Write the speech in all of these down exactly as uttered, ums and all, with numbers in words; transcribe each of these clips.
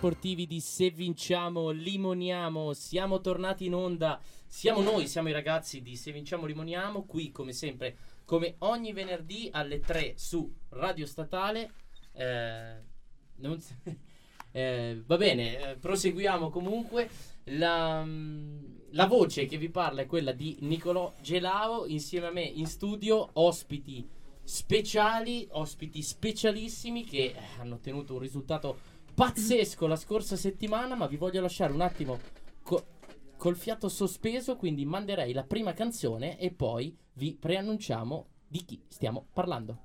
sportivi di Se Vinciamo Limoniamo. Siamo tornati in onda. Siamo noi, siamo i ragazzi di Se Vinciamo Limoniamo. Qui come sempre, come ogni venerdì alle tre su Radio Statale. eh, non, eh, Va bene, eh, proseguiamo comunque. La, la voce che vi parla è quella di Nicolò Gelao. Insieme a me in studio ospiti speciali, ospiti specialissimi che hanno ottenuto un risultato pazzesco la scorsa settimana, ma vi voglio lasciare un attimo co- col fiato sospeso, quindi manderei la prima canzone e poi vi preannunciamo di chi stiamo parlando.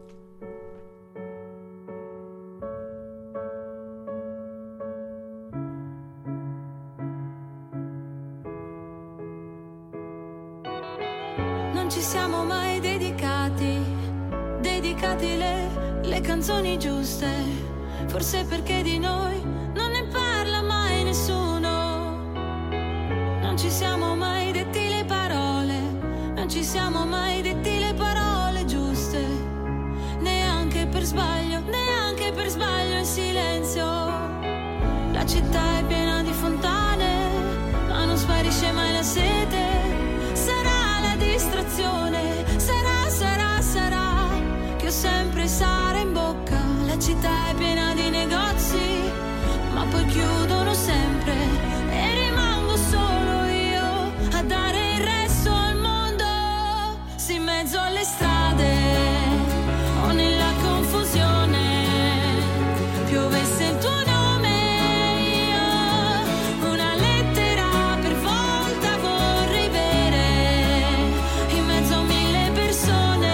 Non ci siamo mai dedicati Dedicati le, le canzoni giuste, forse perché di noi non ne parla mai nessuno. Non ci siamo mai detti le parole, non ci siamo mai detti le parole giuste, neanche per sbaglio, neanche per sbaglio in silenzio. La città è piena di fontane, ma non sparisce mai la sete. Sarà la distrazione, sarà, sarà, sarà che ho sempre sale in bocca. La città è piena di negozi, ma poi chiudono sempre e rimango solo io a dare il resto al mondo. Sì, in mezzo alle strade o nella confusione piovesse il tuo nome, io una lettera per volta vorrei bere in mezzo a mille persone.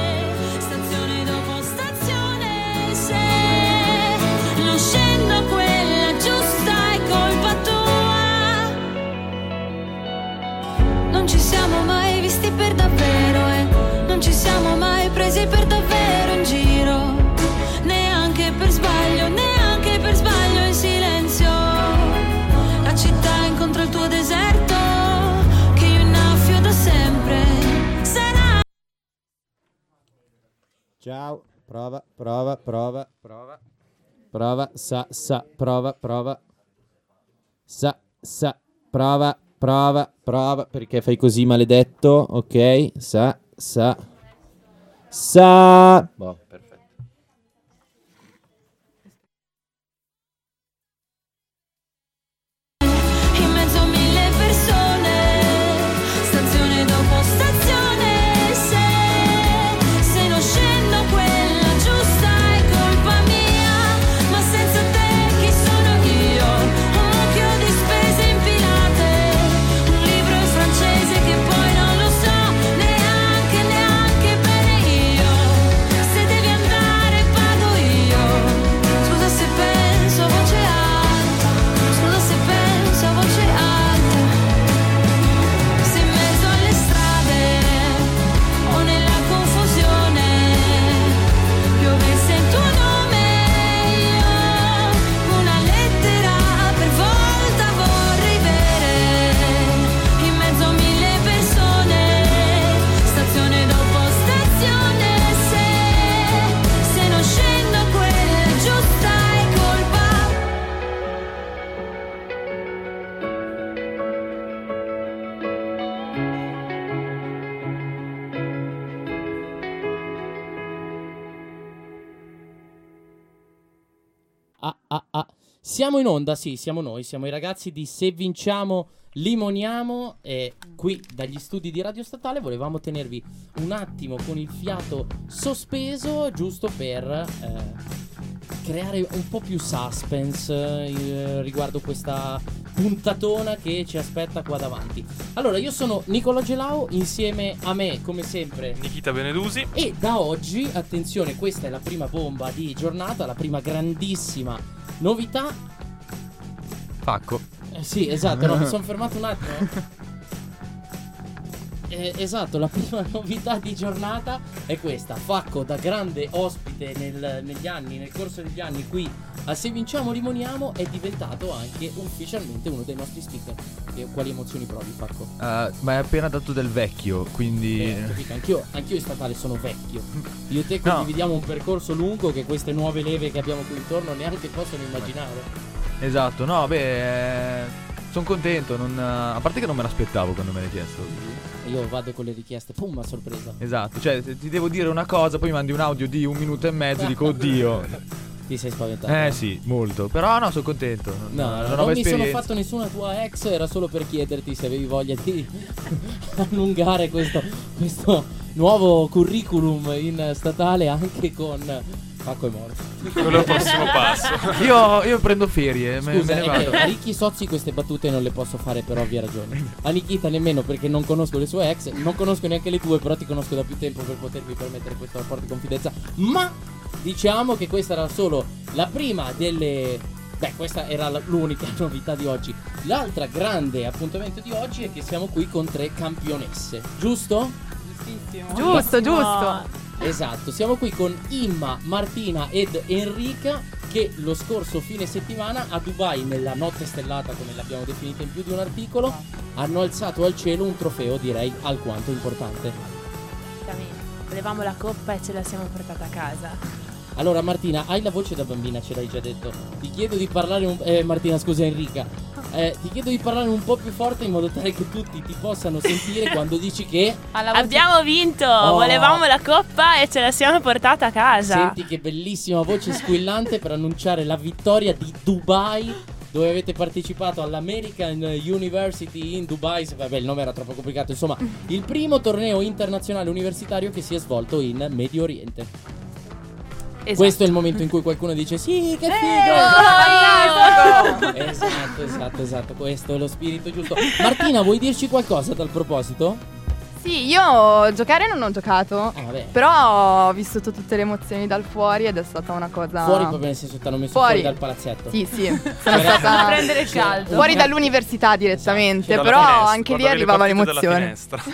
Scendo quella giusta è colpa tua. Non ci siamo mai visti per davvero e non ci siamo mai presi per davvero in giro, neanche per sbaglio, neanche per sbaglio in silenzio. La città incontra il tuo deserto che io innaffio da sempre. Sarà. Ciao, prova, prova, prova, prova. Prova, sa, sa, prova, prova. Sa, sa, prova, prova, prova. Perché fai così, maledetto? Ok, sa, sa. Sa. Boh, perfetto. In mezzo a mille persone, stazione dopo stazione. Se, se non scendo quella giusta è colpa mia. Ma senza te chi sono io? Un mucchio di spese impilate, un libro in francese che poi non lo so neanche, neanche bene io. Se devi andare pago io. Scusa se penso a voce alta, scusa se penso a voce alta. Se in mezzo alle strade o nella confusione piovesse il tuo nome, una lettera per volta vorrei bere in mezzo a mille persone, stazione dopo stazione. Se, se non scendo quella giusta è colpa. Ah, ah, ah. Siamo in onda, sì, siamo noi, siamo i ragazzi di Se Vinciamo Limoniamo e qui dagli studi di Radio Statale volevamo tenervi un attimo con il fiato sospeso giusto per eh, creare un po' più suspense eh, riguardo questa puntatona che ci aspetta qua davanti. Allora, io sono Nicolò Gelao, insieme a me come sempre Nikita Benedusi. e da oggi, attenzione, questa è la prima bomba di giornata, la prima grandissima novità. Facco. Eh, sì, esatto, no, mi sono fermato un attimo. Eh, esatto, la prima novità di giornata è questa. Facco, da grande ospite nel- negli anni, nel corso degli anni qui a Se Vinciamo Limoniamo, è diventato anche ufficialmente uno dei nostri speaker. E quali emozioni provi, Facco? Uh, ma è appena dato del vecchio, quindi... Eh, capito, anch'io, anch'io in statale sono vecchio. Io e te condividiamo un percorso lungo che queste nuove leve che abbiamo qui intorno neanche possono immaginare. Esatto, no, beh, sono contento, non, a parte che non me l'aspettavo quando me l'hai chiesto. Io vado con le richieste, pum, a sorpresa. Esatto, cioè se ti devo dire una cosa, poi mi mandi un audio di un minuto e mezzo, dico oddio. Ti sei spaventato? Eh sì, molto. Però no, sono contento. No, no, non mi sono fatto nessuna tua ex, era solo per chiederti se avevi voglia di allungare questo, questo nuovo curriculum in statale anche con Pacco e Morto. Quello è il prossimo passo. Io, io prendo ferie, me, Scusa, me ne vado. A Ricchi Sozzi queste battute non le posso fare per ovvie ragioni. A Nikita nemmeno, perché non conosco le sue ex, non conosco neanche le tue, però ti conosco da più tempo per potermi permettere questo rapporto di confidenza. Ma diciamo che questa era solo la prima delle... Beh, questa era l'unica novità di oggi. L'altra grande appuntamento di oggi è che siamo qui con tre campionesse, giusto? Giustissimo. Giusto, giusto. Esatto, siamo qui con Imma, Martina ed Enrica, che lo scorso fine settimana a Dubai, nella notte stellata come l'abbiamo definita in più di un articolo, hanno alzato al cielo un trofeo, direi alquanto importante. Volevamo la coppa e ce la siamo portata a casa. Allora Martina, hai la voce da bambina, ce l'hai già detto. Ti chiedo di parlare un... Eh, Martina, scusa Enrica. Eh, ti chiedo di parlare un po' più forte in modo tale che tutti ti possano sentire quando dici che... Abbiamo vinto! Oh. Volevamo la coppa e ce la siamo portata a casa. Senti che bellissima voce squillante per annunciare la vittoria di Dubai, dove avete partecipato all'American University in Dubai. Vabbè, il nome era troppo complicato. Insomma, il primo torneo internazionale universitario che si è svolto in Medio Oriente. Esatto. Questo è il momento in cui qualcuno dice sì, che figo! Eh, esatto, esatto, esatto. Questo è lo spirito giusto. Martina, vuoi dirci qualcosa a tal proposito? Sì, io giocare non ho giocato, ah, vabbè. Però ho vissuto tutte le emozioni dal fuori ed è stata una cosa... Fuori proprio nel senso che ti hanno messo fuori, fuori dal palazzetto. Sì, sì, sono stata a prendere il caldo. Fuori dall'università direttamente, esatto. però finestra, anche lì arrivava l'emozione.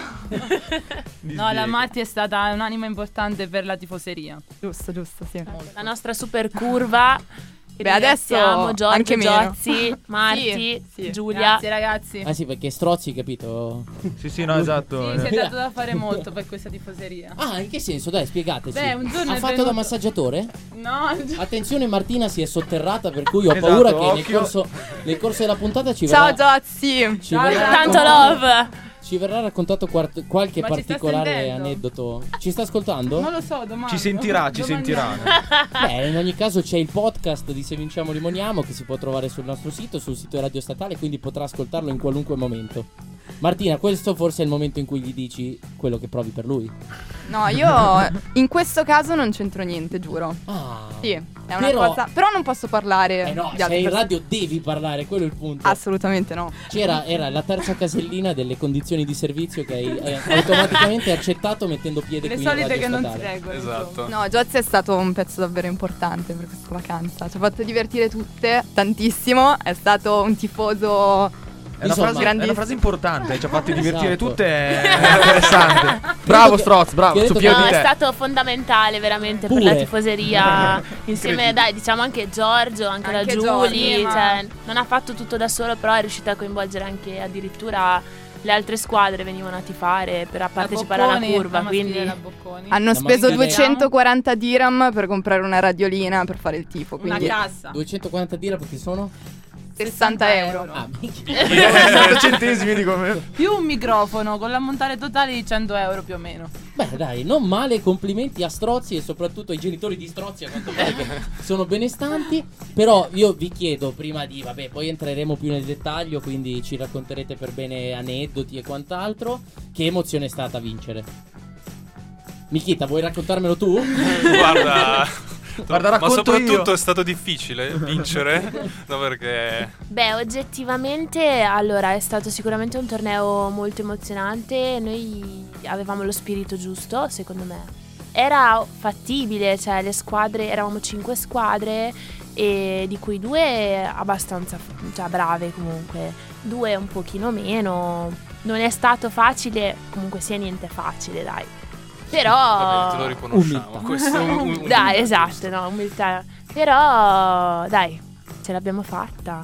No, la Matti è stata un'anima importante per la tifoseria. Giusto, giusto, sì. La nostra super curva. Beh, adesso Giorgio, anche Giozzi, Marti, sì, sì. Giulia. Grazie ragazzi. Ah sì, perché Strozzi, capito? Sì, sì, no, esatto. Sì, si è dato da fare molto per questa tifoseria. Ah, in che senso? Dai, spiegateci. Beh, un giorno ha è fatto venuto... da massaggiatore? No. Attenzione, Martina si è sotterrata, per cui ho esatto, paura che nel occhio. corso, nel corso della puntata ci Ciao verrà... Giozzi. Ci verrà Tanto love. Ci verrà raccontato quart- qualche Ma ci sta particolare sentendo? aneddoto. Ci sta ascoltando? Non lo so, domani. Ci sentirà, ci sentirà. Beh, in ogni caso c'è il podcast di Se Vinciamo Rimoniamo che si può trovare sul nostro sito, sul sito di Radio Statale, quindi potrà ascoltarlo in qualunque momento. Martina, questo forse è il momento in cui gli dici quello che provi per lui. No, io in questo caso non c'entro niente, giuro. Ah. Sì, è una Però- cosa. Però non posso parlare Eh no, di altre sei in persone. radio, devi parlare, quello è il punto. Assolutamente no. C'era, era la terza casellina delle condizioni di servizio che hai eh, automaticamente accettato mettendo piede Le qui in solite Radio che non si Statale. regolano. Esatto. No, Giozzi è stato un pezzo davvero importante per questa vacanza. Ci ha fatto divertire tutte tantissimo. È stato un tifoso. È una, Insomma, frase, è una frase importante, ci ha fatti divertire Esatto. tutte, è interessante. Bravo che- Stroz, bravo, che su detto piedi No, di è te. stato fondamentale veramente Pure. per la tifoseria. Insieme, dai, diciamo anche Giorgio, anche, la Anche Giulia. Giorgio, ma- Cioè, non ha fatto tutto da solo, però è riuscita a coinvolgere anche addirittura le altre squadre venivano a tifare per a partecipare alla Bocconi, curva. la maschile, Quindi la Bocconi. Hanno La speso maschile- duecentoquaranta dirham per comprare una radiolina per fare il tifo. Una Quindi cassa. duecentoquaranta dirham perché sono? sessanta euro. Ah, minchia. sessanta centesimi di come. Più un microfono con l'ammontare totale di cento euro più o meno. Beh dai, non male, complimenti a Strozzi e soprattutto ai genitori di Strozzi, a quanto pare che sono benestanti. Però io vi chiedo prima di, vabbè, poi entreremo più nel dettaglio, quindi ci racconterete per bene aneddoti e quant'altro. Che emozione è stata vincere? Nikita, vuoi raccontarmelo tu? Guarda, Guarda, ma racconto soprattutto io. è stato difficile vincere. No, perché Beh, oggettivamente, allora, è stato sicuramente un torneo molto emozionante. Noi avevamo lo spirito giusto, secondo me. Era fattibile, cioè le squadre, eravamo cinque squadre e di cui due abbastanza, cioè, brave comunque, due un pochino meno. Non è stato facile, comunque sia niente facile, dai. Però vabbè, te lo riconosciamo. Umiltà. Questo è un, un, dai, esatto, no, umiltà. Però dai, ce l'abbiamo fatta.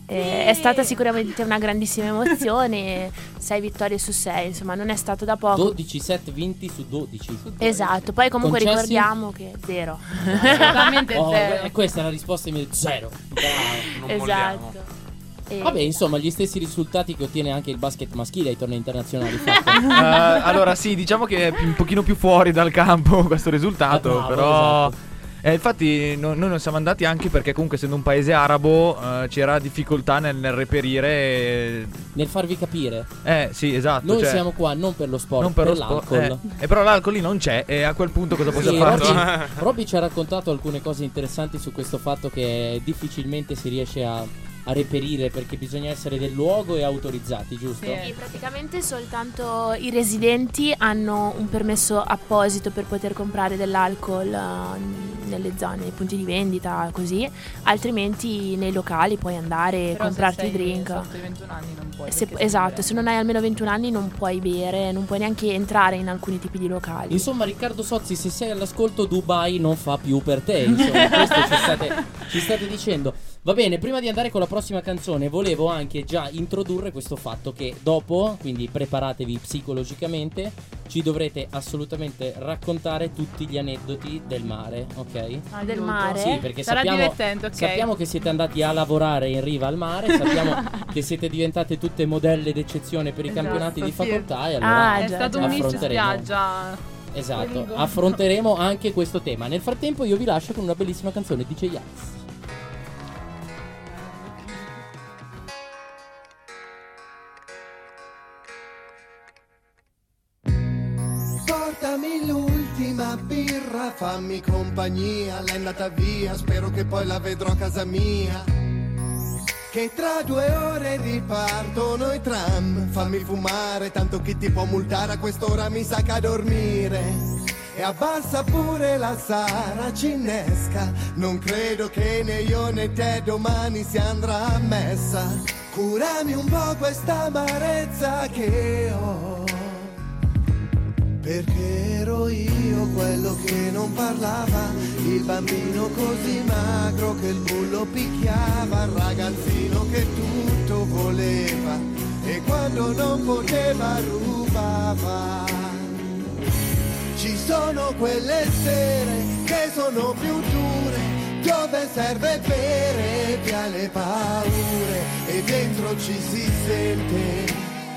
Eh, è stata sicuramente una grandissima emozione, sei vittorie su sei, insomma non è stato da poco. dodici set vinti su dodici. Esatto, poi comunque Concessi? ricordiamo che zero. Assolutamente Oh, zero. e questa è la risposta mia, zero. Bravo. Non molliamo. Esatto. E- Vabbè, insomma, gli stessi risultati che ottiene anche il basket maschile ai tornei internazionali. fatti. Eh, allora sì, diciamo che è un pochino più fuori dal campo questo risultato, Ah, bravo, però esatto. eh, infatti no- noi non siamo andati anche perché comunque essendo un paese arabo eh, c'era difficoltà nel, nel reperire eh, Nel farvi capire, eh sì, esatto, noi cioè, siamo qua non per lo sport, non per, per lo sport, l'alcol. eh, e però l'alcol lì non c'è e a quel punto cosa Sì, possiamo farci? Robby, Robby ci ha raccontato alcune cose interessanti su questo fatto che difficilmente si riesce a, a reperire perché bisogna essere del luogo e autorizzati, giusto? Sì. E praticamente soltanto i residenti hanno un permesso apposito per poter comprare dell'alcol eh, nelle zone, nei punti di vendita, così. Altrimenti nei locali puoi andare e Però comprarti se i sei drink. sotto i ventuno anni non puoi. Se- perché esatto, sei se non hai almeno ventuno anni non puoi bere, non puoi neanche entrare in alcuni tipi di locali. Insomma, Riccardo Sozzi, se sei all'ascolto, Dubai non fa più per te. Insomma, questo ci state, ci state dicendo. Va bene, prima di andare con la prossima canzone, volevo anche già introdurre questo fatto che dopo, quindi preparatevi psicologicamente, ci dovrete assolutamente raccontare tutti gli aneddoti del mare, ok? Ah, Del aiuto. mare? Sì, perché Sarà sappiamo, divertente, ok. sappiamo che siete andati a lavorare in riva al mare, sappiamo che siete diventate tutte modelle d'eccezione per i Esatto, campionati di sì. facoltà e allora Ah, È già, stato già. un miss affronteremo. spiaggia. esatto, Quellingo. affronteremo anche questo tema. Nel frattempo io vi lascio con una bellissima canzone di J-Ax. Portami l'ultima birra, fammi compagnia, l'è andata via, spero che poi la vedrò a casa mia. Che tra due ore ripartono i tram, fammi fumare, tanto chi ti può multare a quest'ora mi sa che a dormire. E abbassa pure la saracinesca, non credo che né io né te domani si andrà a messa. Curami un po' questa amarezza che ho, perché ero io quello che non parlava, il bambino così magro che il bullo picchiava, il ragazzino che tutto voleva e quando non poteva rubava. Ci sono quelle sere che sono più dure, dove serve bere via le paure e dentro ci si sente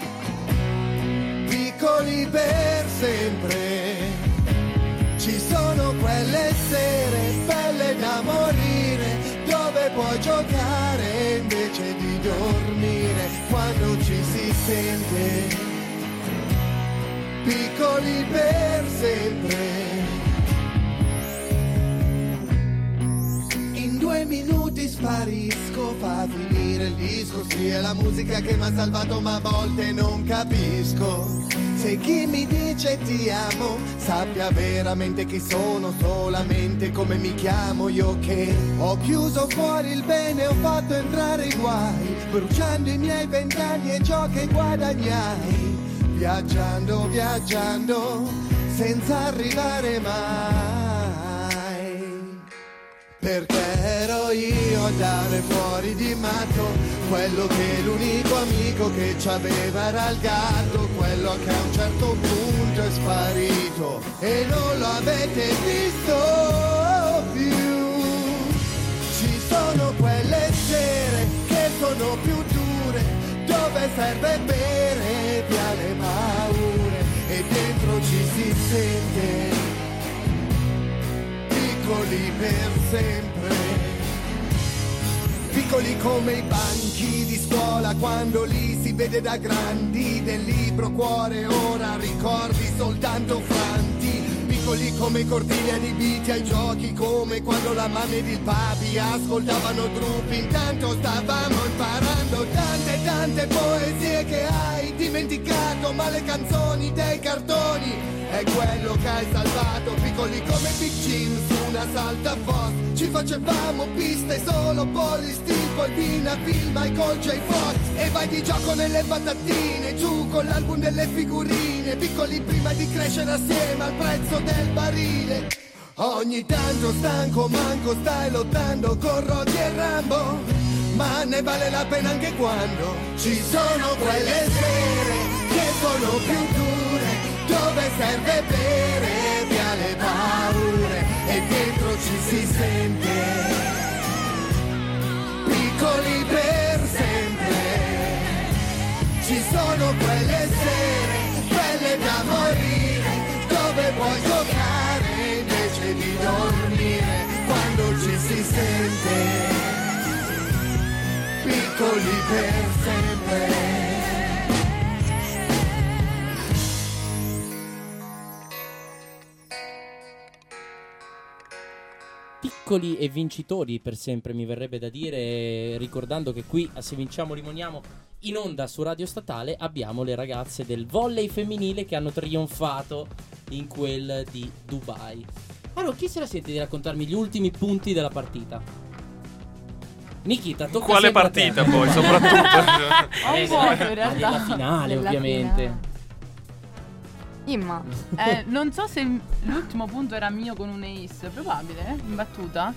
piccoli per sempre. Ci sono quelle sere belle da morire, dove puoi giocare invece di dormire, quando ci si sente piccoli per sempre. In due minuti sparisco, fa finire il disco, sì è la musica che mi ha salvato ma a volte non capisco. Se chi mi dice ti amo sappia veramente chi sono, solamente come mi chiamo. Io che ho chiuso fuori il bene, ho fatto entrare i guai, bruciando i miei vent'anni e ciò che guadagnai, viaggiando, viaggiando senza arrivare mai. Perché ero io a dare fuori di matto, quello che l'unico amico che c'aveva era il gatto, quello che a un certo punto è sparito e non lo avete visto più. Ci sono quelle sere che sono più dure, dove serve bere via le paure e dentro ci si sente piccoli per sempre. Piccoli come i banchi di scuola quando li si vede da grandi, del libro cuore ora ricordi soltanto franti. Piccoli come i cortili adibiti ai giochi, come quando la mamma ed il papi ascoltavano Drupi, intanto stavamo imparando tante tante poesie che hai dimenticato, ma le canzoni dei cartoni è quello che hai salvato. Piccoli come Big Jim su una salta Fox, ci facevamo piste solo polisti, poi Dina, film, Michael J. Fox, e vai di gioco nelle patatine, giù con l'album delle figurine. Piccoli prima di crescere assieme al prezzo del barile. Ogni tanto stanco manco stai lottando con Rocky e Rambo, ma ne vale la pena anche quando ci sono quelle sere che sono più dure, dove serve bere via le paure e dentro ci si sente piccoli per sempre. Ci sono quelle sere belle da morire, dove puoi giocare invece di dormire, quando ci si sente piccoli per sempre. Piccoli e vincitori per sempre, mi verrebbe da dire, ricordando che qui a Se Vinciamo Rimoniamo in onda su Radio Statale abbiamo le ragazze del volley femminile che hanno trionfato in quel di Dubai. Allora, chi se la sente di raccontarmi gli ultimi punti della partita? Nikita, tocca Quale sempre a partita te. poi, soprattutto? Ho un vuoto in La realtà. finale, Della ovviamente. finale. Imma. Eh, non so se il- l'ultimo punto era mio con un ace, probabile, eh? In battuta?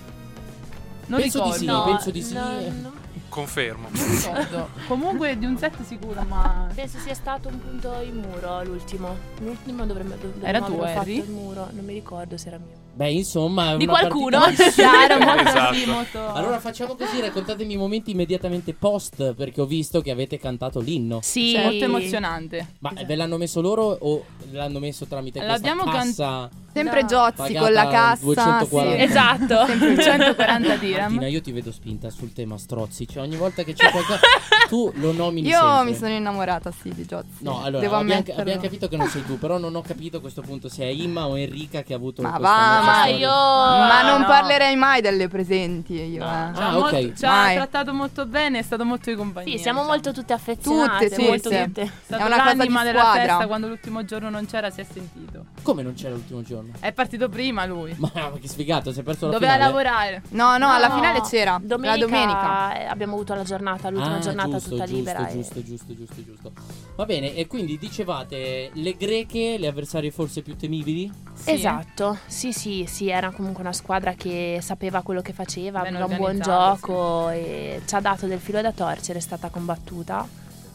Non Penso di ricordo. sì, No, penso di sì. no, no. Confermo. Non ricordo. Comunque di un set sicuro, ma Penso sia stato un punto in muro l'ultimo. L'ultimo dovremmo, dovremmo Era averlo tuo, fatto Harry? il muro. Non mi ricordo se era mio. Beh, insomma, è Di una qualcuno. partita- chiaro, molto Esatto. sì, molto. Allora facciamo così, raccontatemi i momenti immediatamente post, perché ho visto che avete cantato l'inno. Sì. Cioè, molto emozionante. Ma ve l'hanno messo loro o l'hanno messo tramite L'abbiamo questa can- cassa? Sempre No. Giozzi Pagata con la cassa. duecentoquaranta. Sì. Esatto. Sempre centoquaranta dirham. Martina, io ti vedo spinta sul tema strozzi, cioè ogni volta che c'è qualcosa tu lo nomini Io sempre. mi sono innamorata, sì, di Giozzi. No, allora Devo abbiamo, ammetterlo. abbiamo capito che non sei tu, però non ho capito a questo punto se è Imma o Enrica che ha avuto Ma questa va, mezza ma storia. io- Ma non no. parlerei mai delle presenti io, No. eh. Ah, Ci ha ok. molto- ci ha Mai. trattato molto bene, è stato molto di compagnia. Sì, siamo diciamo. molto tutte affezionate. Tutte, molto tutte. tutte. È stato È una cosa l'anima di della squadra. festa, quando l'ultimo giorno non c'era si è sentito. Come non c'era l'ultimo giorno? È partito prima lui. Ma, ma che sfigato, si è perso la Doveva finale? lavorare. No, no, alla No, finale c'era. Domenica, La domenica. eh, abbiamo avuto la giornata, l'ultima Ah, giornata giusto, tutta giusto, libera. e- Giusto, giusto, giusto, giusto. Va bene, e quindi dicevate le greche, le avversarie forse più temibili? Sì. Esatto, sì sì sì, era comunque una squadra che sapeva quello che faceva, Ben aveva un buon organizzata, gioco e ci ha dato del filo da torcere, è stata combattuta.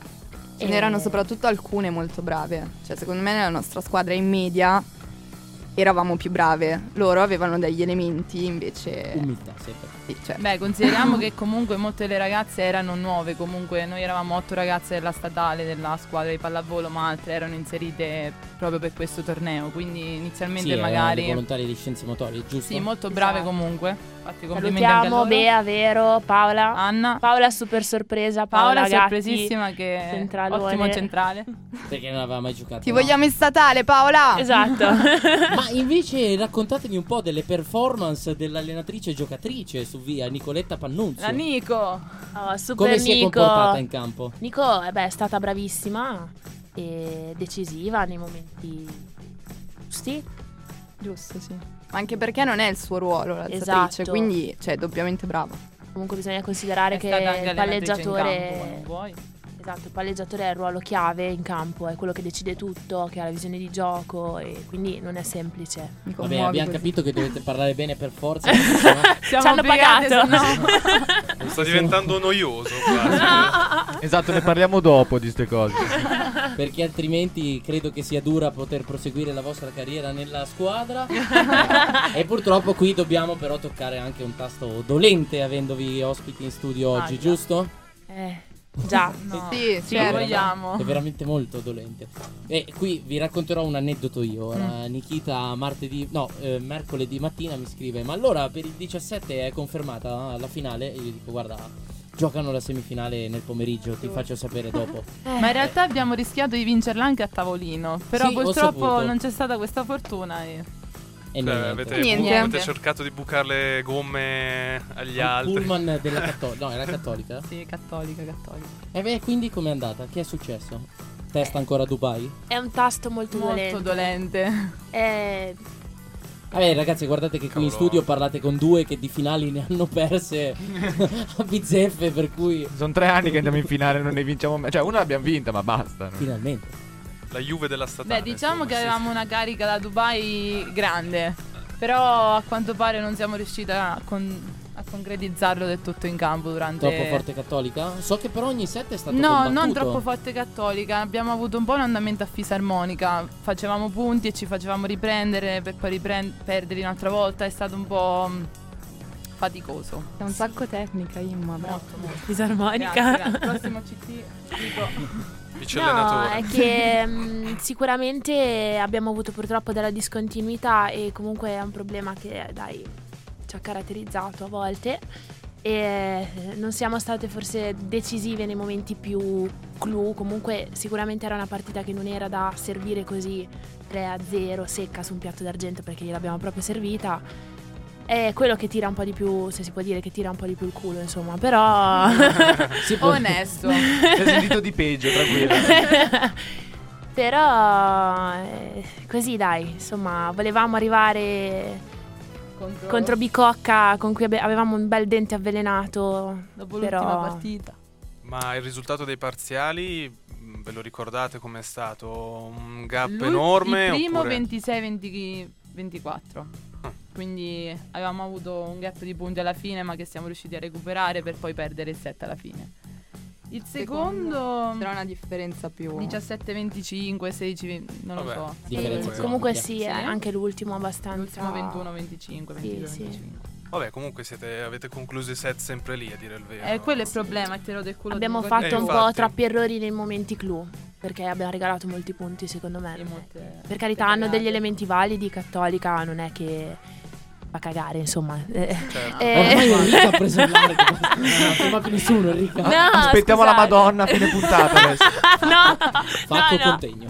Ce n'erano soprattutto alcune molto brave. Cioè, secondo me nella nostra squadra in media eravamo più brave. Loro avevano degli elementi invece. Umiltà, sempre. Sì, cioè. Beh, consideriamo che comunque molte delle ragazze erano nuove, comunque noi eravamo otto ragazze della statale, della squadra di pallavolo, ma altre erano inserite proprio per questo torneo, quindi inizialmente Sì, erano magari le volontarie di scienze motorie, giusto? sì, molto brave Esatto. comunque. Infatti complimenti anche a Salutiamo loro. Bea, Vero, Paola. Anna, Paola super sorpresa, Paola, Paola Gatti, sorpresissima che è centralone. ottimo centrale. Perché non aveva mai giocato. Ti no? vogliamo in statale, Paola? Esatto. Ma invece raccontatemi un po' delle performance dell'allenatrice giocatrice su via, Nicoletta Pannunzio. La Nico. Oh, super Come si è Nico. comportata in campo? Nico eh beh, è stata bravissima e decisiva nei momenti giusti. Giusto, sì. Ma anche perché non è il suo ruolo, l'alzatrice, Esatto. quindi, cioè, doppiamente brava. Comunque bisogna considerare È che stata anche il allenatrice in campo, palleggiatore non vuoi? esatto, il palleggiatore è il ruolo chiave in campo, è quello che decide tutto, che ha la visione di gioco e quindi non è semplice. Mi Vabbè, commuovi abbiamo così. capito che dovete parlare bene per forza. perché sennò- Siamo Ci hanno obbligate, pagato. se no- Sta diventando noioso quasi. Esatto, ne parliamo dopo di ste cose. perché altrimenti credo che sia dura poter proseguire la vostra carriera nella squadra. E purtroppo qui dobbiamo però toccare anche un tasto dolente avendovi ospiti in studio Ah, oggi, già. giusto? Eh, già. No. Sì, Sì, certo. vogliamo. È veramente molto dolente. E qui vi racconterò un aneddoto io. Ora, Mm. Nikita martedì, no, eh, mercoledì mattina mi scrive: ma allora per il diciassette è confermata la finale? E io gli dico: guarda, giocano la semifinale nel pomeriggio, ti faccio sapere dopo. Ma in realtà abbiamo rischiato di vincerla anche a tavolino. Però Sì, ho purtroppo saputo. non c'è stata questa fortuna. E... E Cioè, niente. avete, Niente. avete cercato di bucare le gomme agli Il altri. pullman della cattolica. No, era cattolica. Sì, cattolica, cattolica. E beh, quindi com'è andata? Che è successo? Testa ancora a Dubai? È un tasto molto, Molto dolente. dolente. Eh, Vabbè ragazzi, guardate che qui in Cavolo. studio parlate con due che di finali ne hanno perse a bizzeffe, per cui Sono tre anni che andiamo in finale e non ne vinciamo mai. Cioè, una l'abbiamo vinta, ma basta. no? finalmente. La Juve della statale. Beh, diciamo insomma, che sì, avevamo una carica da Dubai grande. Però a quanto pare non siamo riusciti a, con- a concretizzarlo del tutto in campo durante... Troppo forte Cattolica? So che per ogni set è stato No, combattuto. non troppo forte Cattolica. Abbiamo avuto un po' un andamento a fisarmonica. Facevamo punti e ci facevamo riprendere per poi riprend- perderli un'altra volta. È stato un po' mh, faticoso. È un sacco tecnica, Imma. Bravo. Molto, molto. Fisarmonica. Grazie, grazie. Prossimo C T dico. Vice No, allenatore. è che mh, sicuramente abbiamo avuto purtroppo della discontinuità e comunque è un problema che, dai, ci ha caratterizzato a volte e non siamo state forse decisive nei momenti più clou. Comunque sicuramente era una partita che non era da servire così tre a zero secca su un piatto d'argento, perché gliel'abbiamo proprio servita. È quello che tira un po' di più, se si può dire che tira un po' di più il culo, insomma, però Si può- Onesto. Si è sentito di peggio, tranquilla. però eh, così, dai, insomma, volevamo arrivare Contro, contro Bicocca, con cui abbe- avevamo un bel dente avvelenato. dopo però- l'ultima partita. Ma il risultato dei parziali, mh, ve lo ricordate com'è stato? Un gap L'ul- enorme? Il primo oppure... ventisei ventiquattro. Ah. Quindi avevamo avuto un gap di punti alla fine, ma che siamo riusciti a recuperare per poi perdere il set alla fine. Il secondo C'era una differenza più. diciassette venticinque, sedici, non Vabbè. lo so. Differenza Eh, sì. comunque Sì. sì, Sì. eh, anche l'ultimo abbastanza. L'ultimo ventuno venticinque, Sì, ventidue sì. venticinque. Vabbè, comunque siete, avete concluso i set sempre lì, a dire il vero. Eh, quello è il problema, è tirato del culo. Abbiamo di fatto Eh, un po' infatti. troppi errori nei momenti clou, perché abbiamo regalato molti punti, secondo me. Sì, molte- Per carità, molte hanno degli cagate. elementi validi. Cattolica non è che fa cagare, insomma. Eh, Certo. eh, Ormai Enrica ha preso il largo. Non ferma più nessuno, Enrica. No, Aspettiamo la scusate. Madonna a fine puntata adesso. no, Facco no, no. contegno.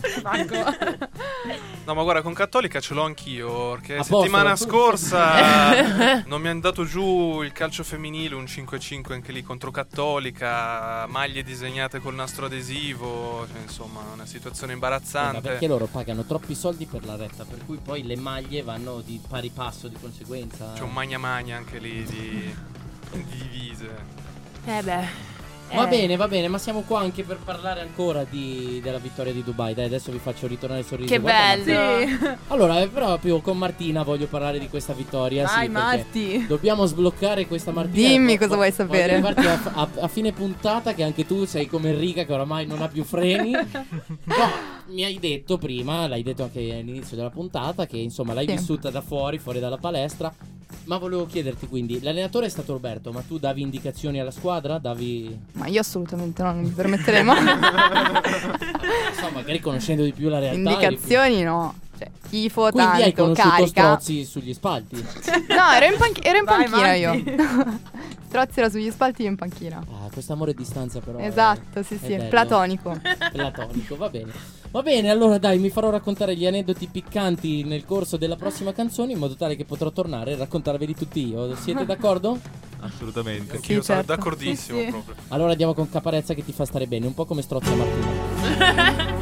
No, ma guarda, con Cattolica ce l'ho anch'io, perché A posto, settimana a posto. scorsa non mi è andato giù il calcio femminile, un cinque a cinque anche lì contro Cattolica, maglie disegnate col nastro adesivo, cioè, insomma, una situazione Eh, ma imbarazzante. perché loro pagano troppi soldi per la retta, per cui poi le maglie vanno di pari passo di conseguenza. C'è un magna magna anche lì di, di divise. Eh beh. Va eh, bene, va bene, ma siamo qua anche per parlare ancora di, della vittoria di Dubai. Dai, adesso vi faccio ritornare il sorriso. Che Guarda, bello. ma- Allora, eh, proprio con Martina voglio parlare di questa vittoria. Vai, sì, perché Marti. dobbiamo sbloccare questa Martina. Dimmi Vo- cosa vo- vuoi voglio sapere. arrivarti a, a- a fine puntata che anche tu sei come Enrica che oramai non ha più freni. No, mi hai detto prima, l'hai detto anche all'inizio della puntata, che insomma l'hai Sì. vissuta da fuori, fuori dalla palestra. Ma volevo chiederti quindi, l'allenatore è stato Roberto, ma tu davi indicazioni alla squadra? Davi... Ma io assolutamente no, non mi permetterei mai. So, magari conoscendo di più la realtà. Indicazioni no. Cioè, tifo, Quindi hai tanto, conosciuto carica. Strozzi sugli spalti. No, ero in, panch- ero in Vai, panchina Marti. io. Strozzi era sugli spalti, io in panchina. Ah, questo amore a distanza però è- Esatto, sì, è sì, bello. platonico. Platonico, va bene. Va bene, allora dai, mi farò raccontare gli aneddoti piccanti nel corso della prossima canzone, in modo tale che potrò tornare e raccontarveli tutti io. Siete d'accordo? Assolutamente. Anch'io Sì, sono certo. d'accordissimo Sì, sì. proprio. Allora andiamo con Caparezza che ti fa stare bene, un po' come Strozzi e Martina.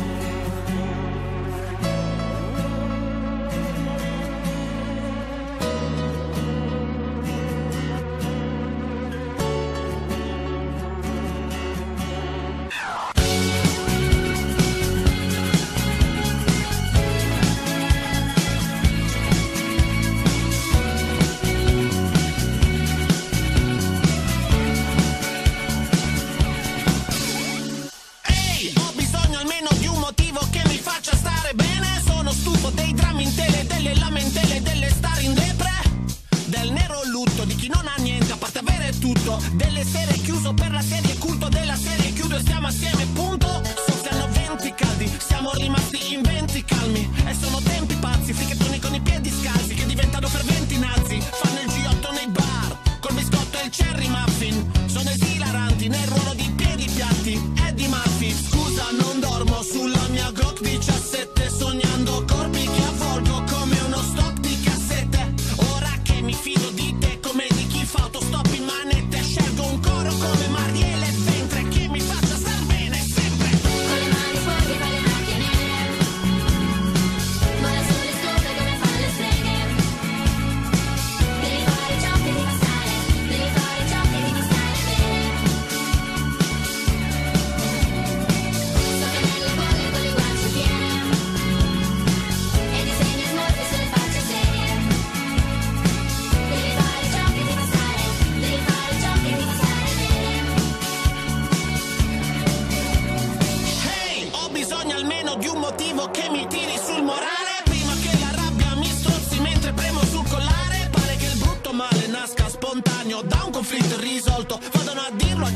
Ehi, ho bisogno almeno di un motivo che mi faccia stare bene. Sono stufo dei drammi in tele, delle lamentele, delle star in depre, del nero lutto di chi non ha niente a parte avere tutto, delle serie chiuso per la serie culto della serie chiudo e stiamo assieme punto. Soffiano venti caldi, siamo rimasti in venti calmi e sono tempi pazzi, fricchettoni con i piedi scalzi che diventano ferventi nazi, fanno il G otto nei bar col biscotto e il cherry muffin, sono esilaranti nel ruolo di piedi piatti. Eddie Murphy, scusa non dormo sulla mia Glock diciassette, sognando corpi che avvolgo come uno stock di cassette. Ora che mi fido di te come di chi fa autostop in manette, scelgo un coro come Marielle Ventre che mi faccia star bene sempre.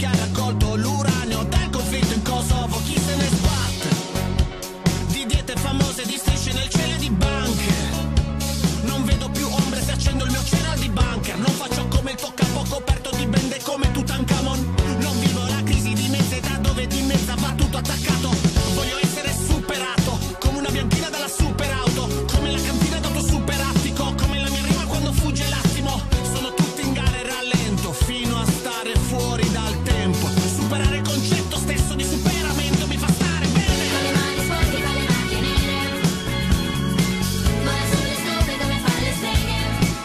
chi ha raccolto l'uranio del conflitto in Kosovo, chi se ne sbatte di diete famose, di strisce nel cielo e di banche. Non vedo più ombre se accendo il mio cereal di bunker. Non faccio come il tuo capo coperto di bende come Tutankhamon. Non vivo la crisi di mezza età dove di mezza va tutto attaccato. Voglio essere superato come una bianchina dalla superauto, come la cantina d'auto superattico, come la mia rima quando fugge l'attimo. Sono tutti in gara e rallento fino a stare fuori dal tempo. Superare il concetto stesso di superamento mi fa stare bene. Con le mani sporche, con le macchie nere, vola sulle stufe come fanno le streghe.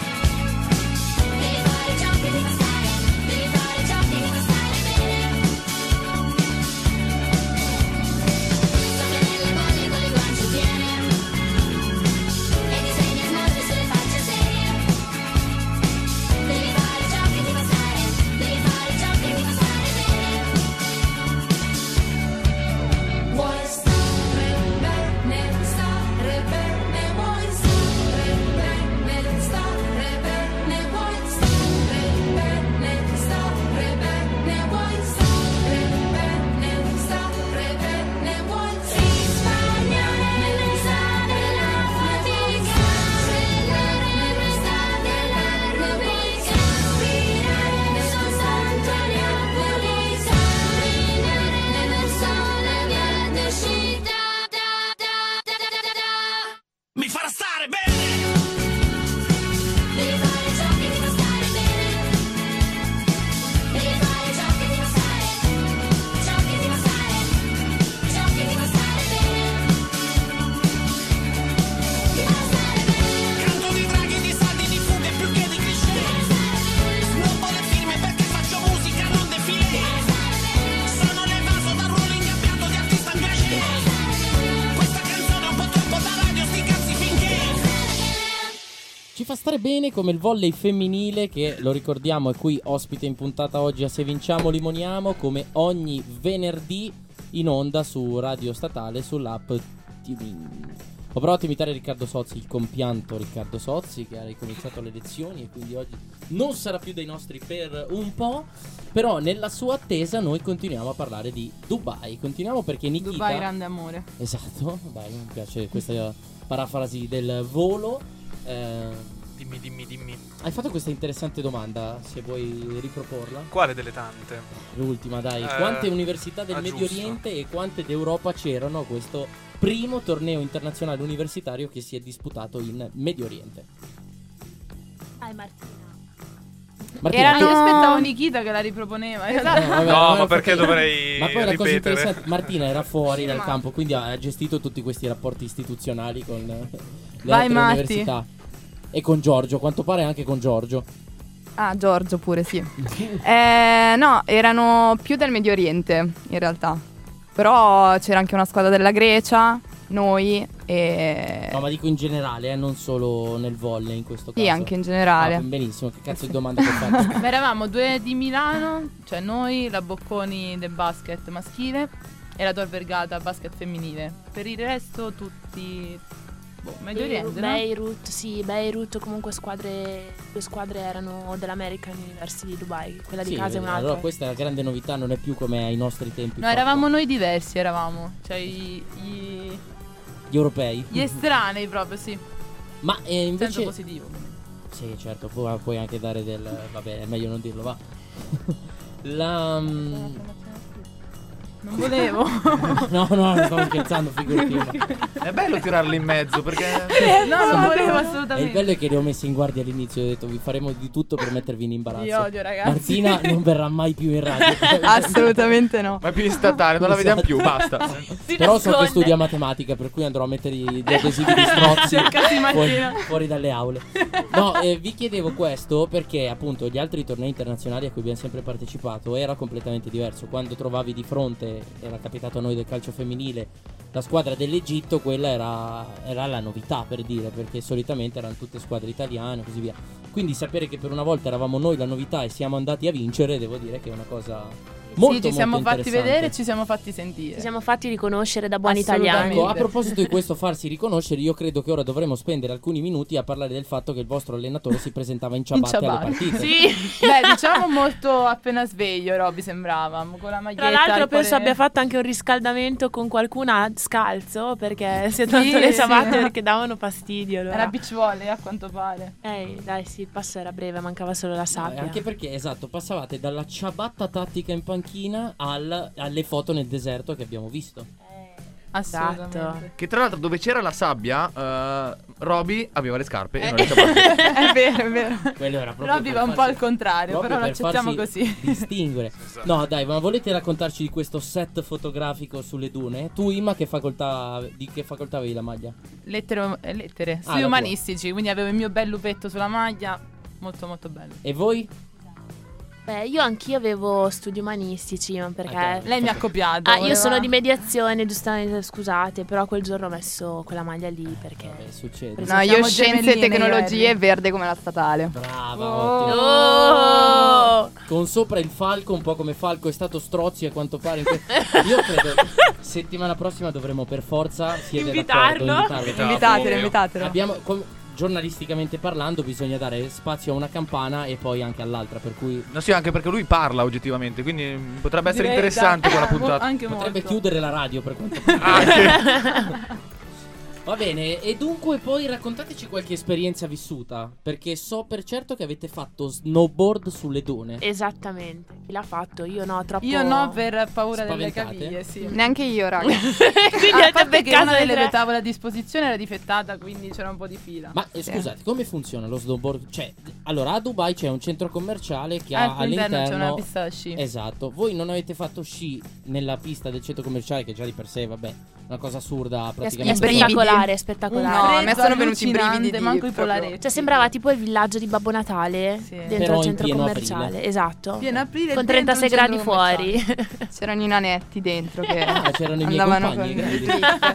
Devi fare ciò che ti fa stare, devi fare ciò che ti fa stare bene. Soffia nelle bolle con le guance piene e disegna smorfie sulle facce serie. Devi fare ciò che ti fa stare, devi fare ciò che ti fa stare bene. Vuoi stare bene, stare bene, vuoi stare bene, stare bene, vuoi stare bene, stare bene, vuoi stare bene, stare bene, vuoi risparmiare l'estate, la fatica, scegliere l'estate, l'aerobica, respirare soltanto gli apoli, camminare nel sole verde uscita. Mi farà stare bene. Devi fare ciò che ti fa stare bene. Devi fare ciò che ti fa stare, ciò che ti fa stare, ciò che ti fa stare bene. Ti fa stare bene. Canto di draghi, di saldi, di fughe più che di cliché. Snobbo le firme perché faccio musica, non defilé. Sono l'evaso dal ruolo ingabbiato di artista engagé. Questa canzone è un po' troppo da radio, sti cazzi finché. Ci fa stare bene come il volley femminile che, lo ricordiamo, è qui ospite in puntata oggi a Se Vinciamo Limoniamo, come ogni venerdì in onda su Radio Statale, sull'app T V. Ho provato a imitare Riccardo Sozzi, il compianto Riccardo Sozzi, che ha ricominciato le lezioni e quindi oggi non sarà più dei nostri per un po'. Però nella sua attesa noi continuiamo a parlare di Dubai. Continuiamo perché Nikita... Dubai grande amore. Esatto, dai, mi piace questa parafrasi del volo. Eh, Dimmi, dimmi, dimmi. hai fatto questa interessante domanda, se vuoi riproporla. Quale delle tante? L'ultima, dai. Eh, Quante università del ah, Medio giusto. Oriente e quante d'Europa c'erano a questo primo torneo internazionale universitario che si è disputato in Medio Oriente? Dai Martina. Martina, Erano... tu- Io aspettavo Nikita che la riproponeva. No, vabbè, No, non ma ho perché fatto io. dovrei Ma poi la cosa ripetere? interessante, Martina era fuori Sì, dal ma- campo, quindi ha gestito tutti questi rapporti istituzionali con le Vai, altre Marti. università. E con Giorgio, a quanto pare anche con Giorgio. Ah, Giorgio pure, sì. Eh, no, erano più del Medio Oriente, in realtà. Però c'era anche una squadra della Grecia, noi e... No, ma dico in generale, eh, non solo nel volley in questo caso. Sì, anche in generale. Ah, benissimo, che cazzo di domanda che ho fatto? Ma eravamo due di Milano, cioè noi, la Bocconi del basket maschile e la Tor Vergata basket femminile. Per il resto tutti boh, Medio Oriente, no? Beirut, sì, Beirut, comunque squadre, due squadre erano dell'American University di Dubai, quella di Sì, casa è un'altra. allora questa è la grande novità, non è più come ai nostri tempi. No, fa. eravamo noi diversi, eravamo, cioè i- i- Gli europei. gli estranei proprio, sì. Ma eh, In senso invece... positivo. Sì, certo, pu- puoi anche dare del... Vabbè, è meglio non dirlo, va. La... mm, Non volevo. No, no, non stavo scherzando, figurati. ma- È bello tirarli in mezzo perché No, non volevo E il assolutamente. bello è che li ho messi in guardia all'inizio, ho detto vi faremo di tutto per mettervi in imbarazzo. Vi odio, ragazzi. Martina non verrà mai più in radio. Assolutamente no. ma è più in statale, non la vediamo più, basta. Si Però so che nasconde. studia matematica, per cui andrò a mettere gli adesivi di strozzi Cercati fuori, Martina. fuori dalle aule. No, eh, vi chiedevo questo perché appunto gli altri tornei internazionali a cui abbiamo sempre partecipato era completamente diverso. Quando trovavi di fronte, era capitato a noi del calcio femminile, la squadra dell'Egitto, quella era, era la novità, per dire, perché solitamente erano tutte squadre italiane e così via. Quindi sapere che per una volta eravamo noi la novità e siamo andati a vincere, devo dire che è una cosa Molto, sì, ci siamo molto fatti interessante. vedere e ci siamo fatti sentire. Ci siamo fatti riconoscere da buoni Assolutamente. italiani. Ecco, a proposito di questo farsi riconoscere, io credo che ora dovremmo spendere alcuni minuti a parlare del fatto che il vostro allenatore si presentava in ciabatte, In ciabatte. alle partite. Sì. Beh, diciamo molto appena sveglio, Robby sembrava, con la maglietta. Tra l'altro il penso cuore- abbia fatto anche un riscaldamento con qualcuna scalzo, perché si è tolto Sì, le sì. ciabatte perché davano fastidio. Allora. Era beach volley a quanto pare. Eh, dai, sì, il passo era breve, mancava solo la No, sabbia. anche perché, esatto, passavate dalla ciabatta tattica in panchina al- alle foto nel deserto che abbiamo visto. Assolutamente. Esatto. Che tra l'altro dove c'era la sabbia, uh, Roby aveva le scarpe e non le ciabatte. È vero, è vero. Quello era proprio Robby per va un po' farsi- al contrario, proprio però lo per accettiamo farsi così. distinguere. Esatto. No, dai, ma volete raccontarci di questo set fotografico sulle dune? Tu, Imma, che facoltà, di che facoltà avevi la maglia? Lettere, eh, lettere. Ah, Studi la tua. umanistici, quindi avevo il mio bel lupetto sulla maglia. Molto molto bello. E voi? Beh, io anch'io avevo studi umanistici, ma perché... Ok. Lei mi ha copiato. Ah, io voleva- sono di mediazione, giustamente, scusate, però quel giorno ho messo quella maglia lì perché... Vabbè, succede. Preso- No, io Siamo scienze e gemelline, tecnologie, Harry. verde come la statale. Brava, Oh. ottimo. Oh! Con sopra il falco, un po' come Falco è stato Strozzi a quanto pare in que- Io credo settimana prossima dovremo per forza siete Invitarlo? d'accordo, invitarlo. Invitarlo. Invitatelo, ovvio. invitatelo. Abbiamo com- giornalisticamente parlando bisogna dare spazio a una campana e poi anche all'altra, per cui No, sì, anche perché lui parla oggettivamente, quindi mm, potrebbe essere Direi, interessante dai, quella puntata. Anche potrebbe molto. chiudere la radio per quanto Va bene, e dunque poi raccontateci qualche esperienza vissuta, perché so per certo che avete fatto snowboard sulle dune. Esattamente, chi l'ha fatto? Io no, troppo... Io no, per paura delle Spaventate? caviglie, sì. Neanche io, raga. Quindi A avete parte che beccato una le delle tre. due tavole a disposizione era difettata, quindi c'era un po' di fila. Ma eh, scusate, come funziona lo snowboard? Cioè, allora a Dubai c'è un centro commerciale che ha all'interno c'è all'interno una pista da sci. Esatto, voi non avete fatto sci nella pista del centro commerciale, che già di per sé, vabbè, una cosa assurda È, è praticamente. spettacolare, è spettacolare. No, a me Freddo, sono venuti i allucinante, brividi di- manco i proprio- polaretti. Cioè sembrava tipo il villaggio di Babbo Natale Sì. dentro Però il in centro pieno commerciale. aprile. Esatto. Pieno aprile Con dentro trentasei un gradi centro fuori. C'erano i nanetti dentro che Ah, c'erano i miei andavano compagni con grandi. le dritte.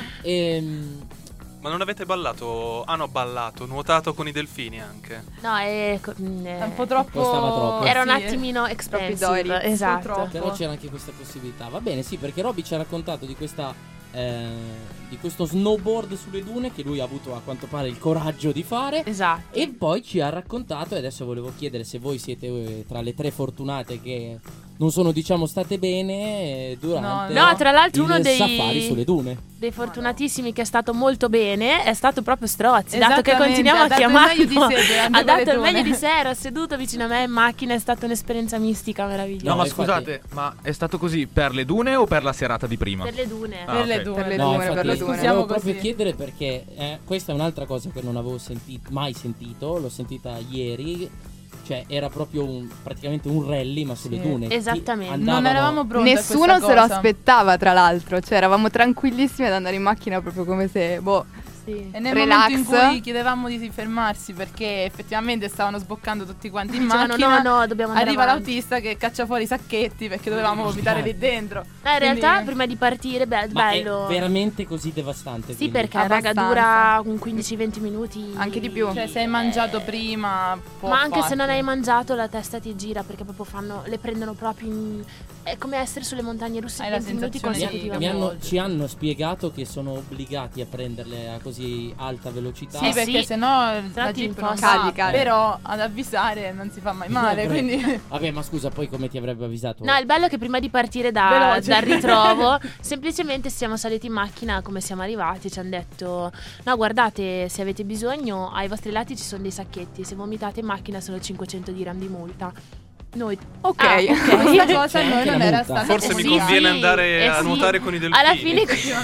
Ehm, Ma non avete ballato? Ah no, ballato, nuotato con i delfini anche. No, è, mm, È è- un po' troppo. Costava troppo. era un Sì, attimino Troppi expensive. dori. Esatto. troppo. Però c'era anche questa possibilità. Va bene, sì, perché Robby ci ha raccontato di questa eh, di questo snowboard sulle dune che lui ha avuto a quanto pare il coraggio di fare. Esatto. E poi ci ha raccontato, e adesso volevo chiedere se voi siete eh, tra le tre fortunate che non sono, diciamo, state bene eh, durante No, tra l'altro il uno dei- safari sulle dune. Dei fortunatissimi che è stato molto bene è stato proprio Strozzi. Dato che Esattamente, continuiamo ha a dato il chiamarlo, meglio di sé durante ha dato quelle il meglio tune. di sé. Era seduto vicino a me in macchina. È stata un'esperienza mistica, meravigliosa. No, ma infatti- scusate, ma è stato così per le dune o per la serata di prima? Per le dune. Ah, Per le ok. due. Per le No, dune, infatti, per le scusiamo dune. Siamo proprio così. chiedere perché eh, questa è un'altra cosa che non avevo sentito, mai sentito, l'ho sentita ieri. Cioè, era proprio un, praticamente un rally, ma sulle Sì. dune. Chi Esattamente. andavano- Non eravamo pronti a Nessuno questa se lo cosa. aspettava, tra l'altro. Cioè, eravamo tranquillissimi ad andare in macchina proprio come se, boh, Sì. E nel Relax. momento in cui chiedevamo di fermarsi perché effettivamente stavano sboccando tutti quanti in Dicevano, macchina, no, no, dobbiamo andare arriva avanti. l'autista che caccia fuori i sacchetti perché dovevamo vomitare lì dentro. No, in Quindi- realtà prima di partire, beh, Ma bello. è veramente così devastante? Sì, quindi? perché raga Abbastanza. dura un quindici venti minuti. Anche di più. Cioè, se hai mangiato prima, può Ma anche se non farti. hai mangiato la testa ti gira perché proprio fanno, le prendono proprio in... È come essere sulle montagne russe Hai la venti minuti sensazione di- Mi consecutivamente. hanno- ci hanno spiegato che sono obbligati a prenderle a così alta velocità. Sì, Eh perché sì. sennò Se no la ti jeep non imposta. sa, Cadi, cadi. però ad avvisare non si fa mai male, Vabbè. quindi Vabbè, ma scusa, poi come ti avrebbe avvisato? No, il bello è che prima di partire da, Veloce. dal ritrovo, semplicemente siamo saliti in macchina come siamo arrivati. Ci hanno detto: no, guardate, se avete bisogno, ai vostri lati ci sono dei sacchetti. Se vomitate in macchina sono cinquecento dirham di multa. Noi, Ok. ah, ok. questa C'è cosa a noi anche non la era multa. stata Forse Eh mi sì, conviene sì, andare eh a sì. nuotare con i delfini. Alla fine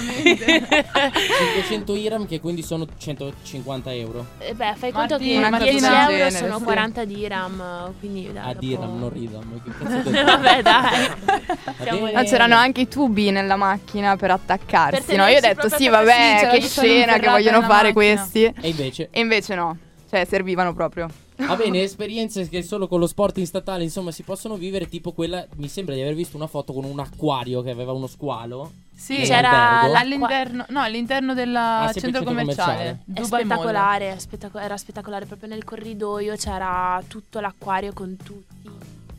cinquecento dirham, che quindi sono centocinquanta euro. Eh beh, fai Martina, conto che una cosa dieci del euro genere, sono sì. quaranta dirham, quindi dai, A dopo- dirham, non ridam. Che cazzo di- Vabbè, dai. Va Siamo bene. lì. Ma c'erano anche i tubi nella macchina per attaccarsi, Per no? Io ho tenersi detto proprio sì, attacca- vabbè, sì, c'era che tutta scena che l'inferrata vogliono nella fare macchina. questi. E invece, E invece no, cioè servivano proprio. va bene, esperienze che solo con lo sport in statale, insomma, si possono vivere. Tipo quella, mi sembra di aver visto una foto con un acquario che aveva uno squalo. Sì, C'era Nell'albergo. la- all'interno, no, all'interno del Ah, sempre centro centro commerciale. commerciale. È Dubai Mall. spettacolare, spettaco- era spettacolare proprio nel corridoio, c'era tutto l'acquario con tutti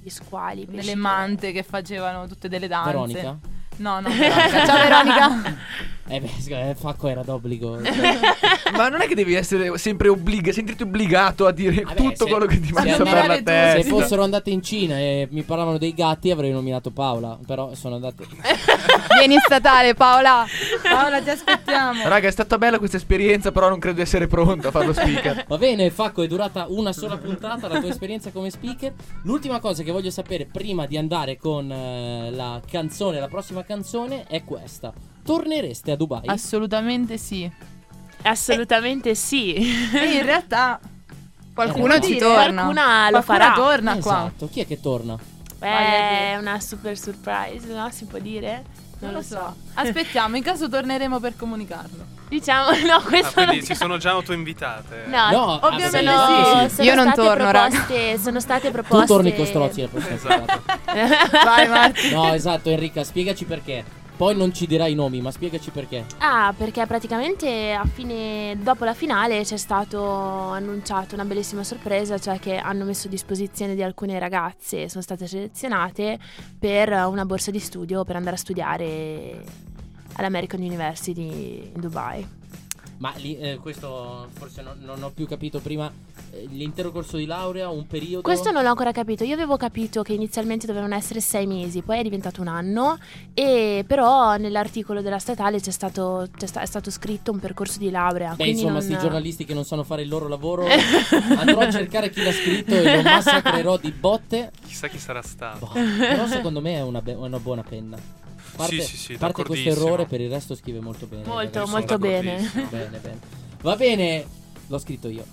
gli squali, pesci. Delle mante che facevano tutte delle danze. Veronica? No, no, Veronica. Ciao Veronica. Eh beh, scusa, eh, Facco era d'obbligo. Ma non è che devi essere sempre obbligato, sentirti obbligato a dire Vabbè, tutto se- quello che ti se passa andare per la tu- testa. Se fossero andate in Cina e mi parlavano dei gatti avrei nominato Paola. Però sono andate. Vieni in statale, Paola. Paola, ti aspettiamo. Raga, è stata bella questa esperienza, però non credo di essere pronto a fare lo speaker. Va bene, Facco, è durata una sola puntata la tua esperienza come speaker. L'ultima cosa che voglio sapere prima di andare con eh, la canzone, la prossima canzone, è questa. Tornereste a Dubai? Assolutamente sì. Assolutamente sì. E in realtà Qualcuno Eh, ci dire, torna. Qualcuna lo qualcuno farà. torna qua. Esatto, chi è che torna? Beh, è una super surprise, no? Si può dire? Non lo so. Aspettiamo, in caso torneremo per comunicarlo. Diciamo, no, Ah, questo quindi non ci sono già autoinvitate. No, No, ovviamente sono, sì, sì. sono Io non state torno, proposte, sono state Tu proposte. torni con Strozzi la prossima Esatto. puntata. Vai Marti. No, esatto, Enrica, spiegaci perché. Poi non ci dirai i nomi, ma spiegaci perché. Ah, perché praticamente a fine, dopo la finale c'è stato annunciato una bellissima sorpresa, cioè che hanno messo a disposizione di alcune ragazze, sono state selezionate per una borsa di studio per andare a studiare all'American University in Dubai. Ma lì, eh, questo forse non, non ho più capito prima. eh, L'intero corso di laurea, un periodo. Questo non l'ho ancora capito. Io avevo capito che inizialmente dovevano essere sei mesi, poi è diventato un anno. E però nell'articolo della statale c'è stato, c'è sta- è stato scritto un percorso di laurea. Beh, quindi insomma, non... sti giornalisti che non sanno fare il loro lavoro. Andrò a cercare chi l'ha scritto e lo massacrerò di botte. Chissà chi sarà stato. Boh, però secondo me è una, be- una buona penna. Parte, Sì, sì, sì, parte questo d'accordissimo. errore, per il resto scrive molto bene. Molto, ragazzi. molto bene. d'accordissimo. Bene, bene. Va bene, l'ho scritto io.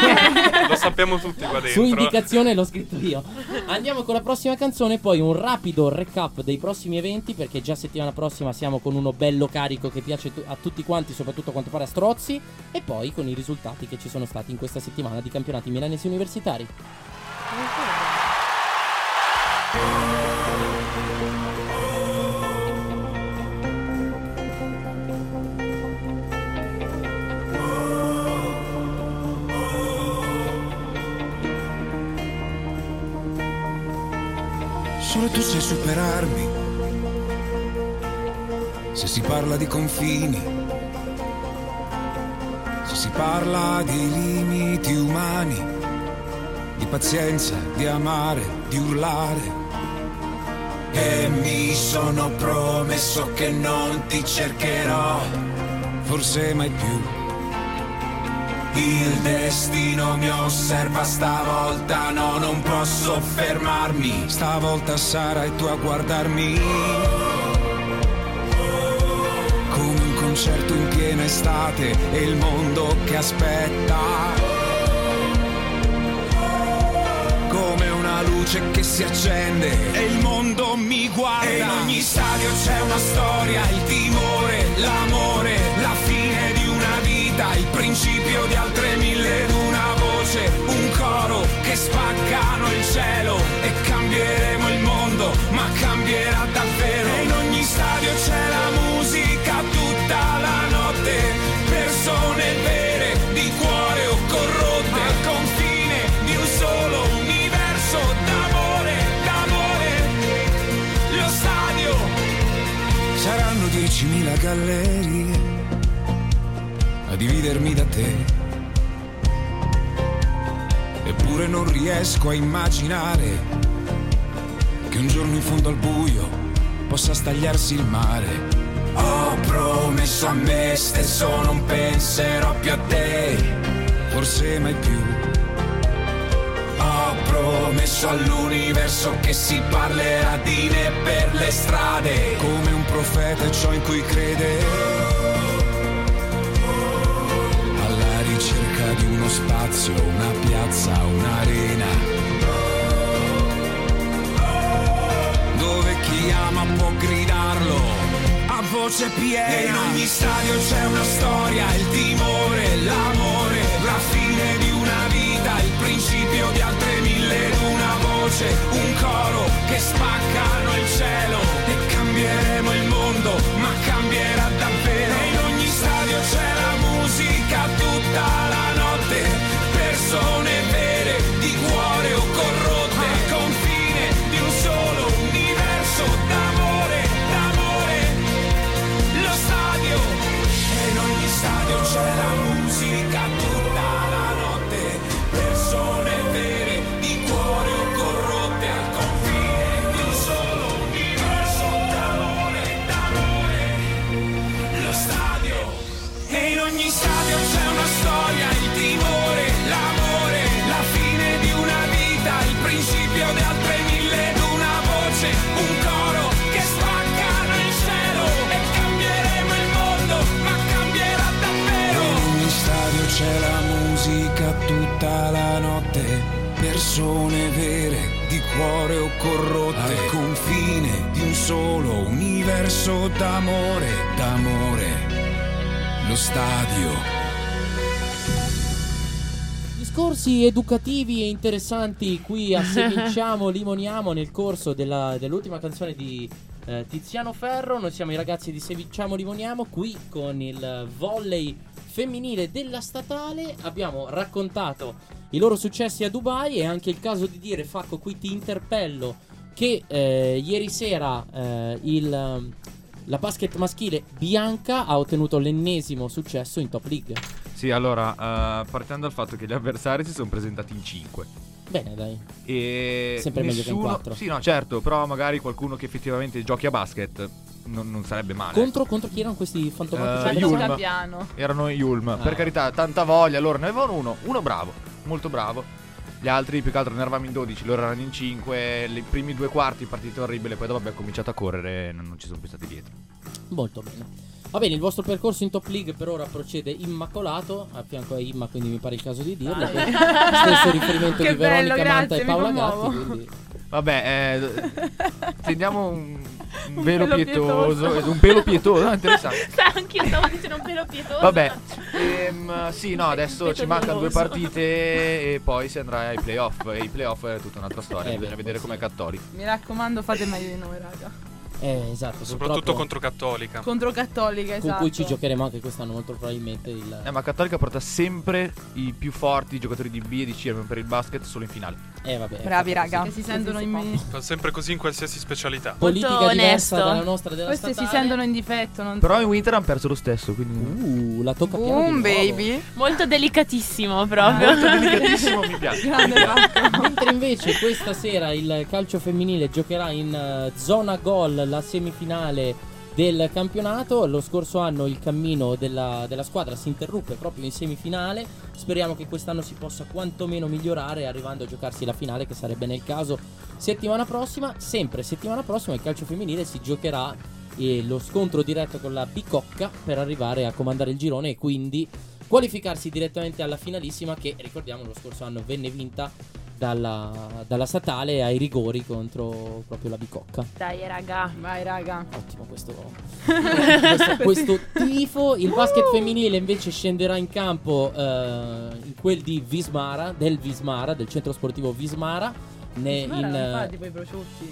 Lo sappiamo tutti qua Su dentro. indicazione l'ho scritto io. Andiamo con la prossima canzone, poi un rapido recap dei prossimi eventi, perché già settimana prossima siamo con uno bello carico che piace tu- a tutti quanti, soprattutto a quanto pare a Strozzi, e poi con i risultati che ci sono stati in questa settimana di campionati milanesi universitari. Solo tu sai superarmi. Se si parla di confini, se si parla di limiti umani, di pazienza, di amare, di urlare. E mi sono promesso che non ti cercherò, forse mai più. Il destino mi osserva stavolta, no, non posso fermarmi. Stavolta sarai tu a guardarmi come un concerto in piena estate e il mondo che aspetta, come una luce che si accende e il mondo mi guarda. E in ogni stadio c'è una storia, il timore, l'amore, la fine di una vita, il principio di altre mille ed una voce, un coro che spaccano il cielo e cambieremo il mondo, ma cambierà davvero. E in ogni stadio c'è la musica tutta la notte, persone vere di cuore o corrotte, al confine di un solo universo d'amore, d'amore. Lo stadio saranno diecimila gallerie a dividermi da te, eppure non riesco a immaginare che un giorno in fondo al buio possa stagliarsi il mare. Ho promesso a me stesso non penserò più a te, forse mai più. Ho promesso all'universo che si parlerà di me per le strade, come un profeta è ciò in cui crede, ricerca di uno spazio, una piazza, un'arena, dove chi ama può gridarlo a voce piena. E in ogni stadio c'è una storia, il timore, l'amore, la fine di una vita, il principio di altre mille ed una voce, un coro che spaccano il cielo e cambieremo il mondo, ma cambierà davvero. E in ogni stadio c'è la musica tutta la notte, persone vere di cuore o corrotte, al confine la musica tutta la notte. Persone vere, di cuore o corrotte, al confine di un solo universo d'amore, d'amore, lo stadio. Discorsi educativi e interessanti qui a Se Vinciamo Limoniamo nel corso della, dell'ultima canzone di eh, Tiziano Ferro. Noi siamo i ragazzi di Se Vinciamo Limoniamo qui con il volley femminile della statale. Abbiamo raccontato i loro successi a Dubai. È anche il caso di dire, Facco, qui ti interpello, che eh, ieri sera eh, il, la basket maschile bianca ha ottenuto l'ennesimo successo in Top League. Sì, allora, uh, partendo dal fatto che gli avversari si sono presentati in cinque. Bene, dai. E sempre nessuno... meglio che in quattro. Sì, no, certo, però magari qualcuno che effettivamente giochi a basket non, non sarebbe male. Contro, contro chi erano questi fantomatici? Uh, Yulm. Capiano. Erano Yulm. Ah. Per carità, tanta voglia. Loro ne avevano uno, uno bravo, molto bravo. Gli altri più che altro ne eravamo in dodici, loro erano in cinque. I primi due quarti partita orribile, poi dopo abbiamo cominciato a correre e non, non ci sono più stati dietro. Molto bene. Va bene, il vostro percorso in Top League per ora procede immacolato. A fianco a Imma, quindi mi pare il caso di dirlo. Ah, Stesso riferimento che di Veronica bello, Manta grazie, e Paola mi Gatti, commuovo. quindi... Vabbè, eh, tendiamo un, un, Un velo pelo pietoso, pietoso. un pelo pietoso, no, interessante. Anche io stavo dicendo un pelo pietoso. Vabbè, ehm, sì, no, adesso ci mancano due doloroso. partite e poi si andrà ai playoff. E i playoff è tutta un'altra storia, Eh, bisogna beh, vedere sì. com'è Cattolica. Mi raccomando, fate meglio di noi, raga. Eh, esatto. Soprattutto purtroppo- contro Cattolica. Contro Cattolica, Con esatto. cui ci giocheremo anche quest'anno molto probabilmente il... Eh, ma Cattolica porta sempre i più forti giocatori di B e di C per il basket solo in finale. Eh vabbè. Bravi, infatti, raga. Che si Così sentono si in fa. me. Fa sempre così in qualsiasi specialità. Politica Molto diversa onesto. dalla nostra della Queste si statale. sentono in difetto, non Però in Winter hanno perso lo stesso, quindi Uh, la tocca piano Boom, di nuovo. baby. Molto delicatissimo proprio. molto delicatissimo, mi piace. grande Rocco. Mentre invece questa sera il calcio femminile giocherà in eh, zona gol la semifinale del campionato. Lo scorso anno il cammino della, della squadra si interruppe proprio in semifinale. Speriamo che quest'anno si possa quantomeno migliorare, arrivando a giocarsi la finale, che sarebbe nel caso settimana prossima. Sempre settimana prossima il calcio femminile si giocherà eh, lo scontro diretto con la Bicocca per arrivare a comandare il girone e quindi qualificarsi direttamente alla finalissima, che ricordiamo lo scorso anno venne vinta dalla, dalla statale ai rigori contro proprio la Bicocca. Dai, raga. Vai, raga. Ottimo questo, questo, questo tifo. Il basket femminile invece scenderà in campo eh, in quel di Vismara, del Vismara, del centro sportivo Vismara. Ne, in, in, eh, fate poi i prosciutti.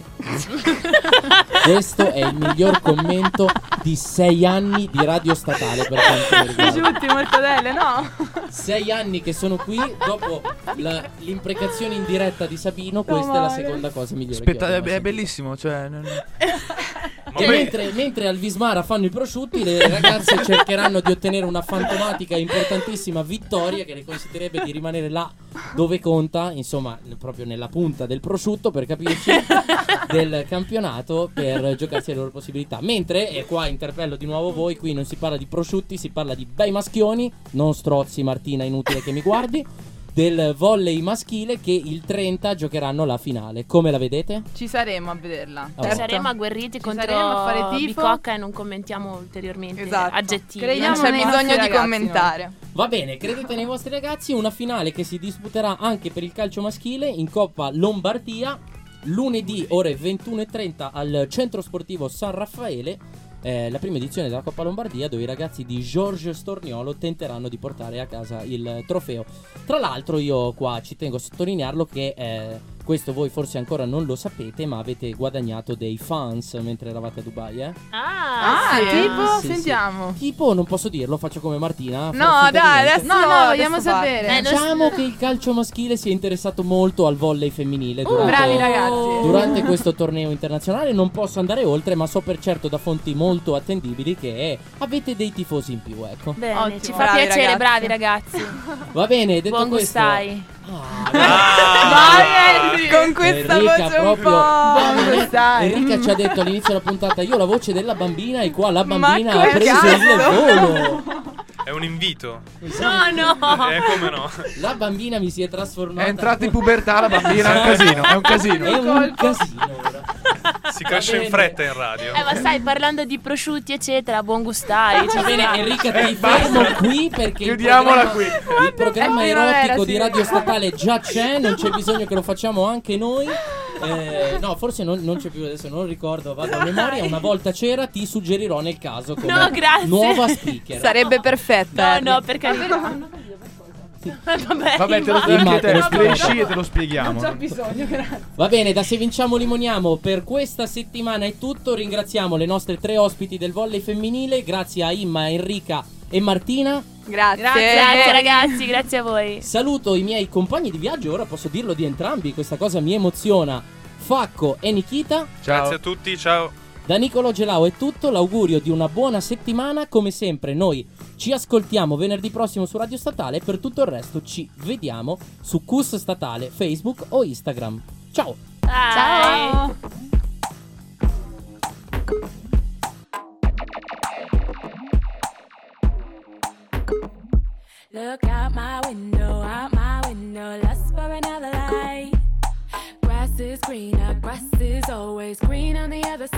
questo è il miglior commento di sei anni di radio statale per quanto mi riguarda. Prosciutti, mortadelle, no? Sei anni che sono qui. Dopo la- l'imprecazione in diretta di Sabino, questa è la male. seconda cosa migliore Aspetta, che è, abbiamo è sentito. bellissimo, cioè non- Ma E poi- mentre, mentre al Vismara fanno i prosciutti, le ragazze cercheranno di ottenere una fantomatica e importantissima vittoria che le consentirebbe di rimanere là dove conta, insomma, proprio nella punta del prosciutto, per capirci, del campionato, per giocarsi le loro possibilità. Mentre, e qua interpello di nuovo voi, qui non si parla di prosciutti, si parla di bei maschioni, non strozzi Martina, inutile che mi guardi, del volley maschile, che il trenta giocheranno la finale. Come la vedete? Ci saremo a vederla. Ah, Ci Certo. saremo agguerriti Ci contro saremo a fare tifo. Bicocca e non commentiamo ulteriormente Esatto. aggettivi. Crediamo Non c'è nei bisogno nostri di ragazzi, commentare. Va bene, credete nei vostri ragazzi. Una finale che si disputerà anche per il calcio maschile in Coppa Lombardia lunedì ore ventuno e trenta al centro sportivo San Raffaele. Eh, la prima edizione della Coppa Lombardia, dove i ragazzi di Giorgio Storniolo tenteranno di portare a casa il trofeo. Tra l'altro io qua ci tengo a sottolinearlo che eh, questo voi forse ancora non lo sapete, ma avete guadagnato dei fans mentre eravate a Dubai, eh? Ah, Ah, sì. tipo, Sì, sì. sentiamo. Tipo, non posso dirlo, faccio come Martina. No, farò finta di dai, niente. adesso No, no, adesso vogliamo fa. sapere. Eh, non- Diciamo che il calcio maschile si è interessato molto al volley femminile durante, bravi ragazzi. durante questo torneo internazionale. Non posso andare oltre, ma so per certo da fonti molto attendibili che avete dei tifosi in più, ecco. bene, Ottimo. ci fa Bravi, piacere, ragazzi. bravi ragazzi. Va bene, detto Buon questo. gustai. Ah, Vai, Con questa Enrica voce un proprio- po'. Buon gustai. Enrica ci ha detto all'inizio della puntata: io ho la voce della bambina, e qua la Ma bambina ha col preso cazzo! il volo. È un invito. No, no. Eh, come no? La bambina mi si è trasformata. È entrata in pubertà la bambina, è un casino, è un casino. È un casino ora. Si cresce in fretta in radio. Eh, ma sai, parlando di prosciutti, eccetera, buon gustare. Va bene, Enrica, ti fermo qui perché il Chiudiamola programma, qui. il programma È primavera, erotico sì. di Radio Statale già c'è, non c'è bisogno che lo facciamo anche noi. Eh, no, forse non, non c'è più, adesso non ricordo, vado a memoria. Una volta c'era, ti suggerirò nel caso come No, grazie. nuova speaker. Sarebbe perfetta. No, no, per carità. Vabbè, Vabbè, te lo Imma, anche te lo te, spiego. esci e te lo spieghiamo. Non c'è bisogno, grazie. Va bene, da Se Vinciamo Limoniamo per questa settimana è tutto. Ringraziamo le nostre tre ospiti del volley femminile. Grazie a Imma, Enrica e Martina. Grazie. Grazie ragazzi, grazie a voi. Saluto i miei compagni di viaggio, ora posso dirlo di entrambi, questa cosa mi emoziona. Facco e Nikita. Ciao. Grazie a tutti, ciao. Da Niccolò Gelao è tutto, l'augurio di una buona settimana. Come sempre noi ci ascoltiamo venerdì prossimo su Radio Statale. Per tutto il resto ci vediamo su Cus Statale, Facebook o Instagram. Ciao. Ciao. Look out my window, out my window, lust for another light. Grass is greener, grass is always green on the other side.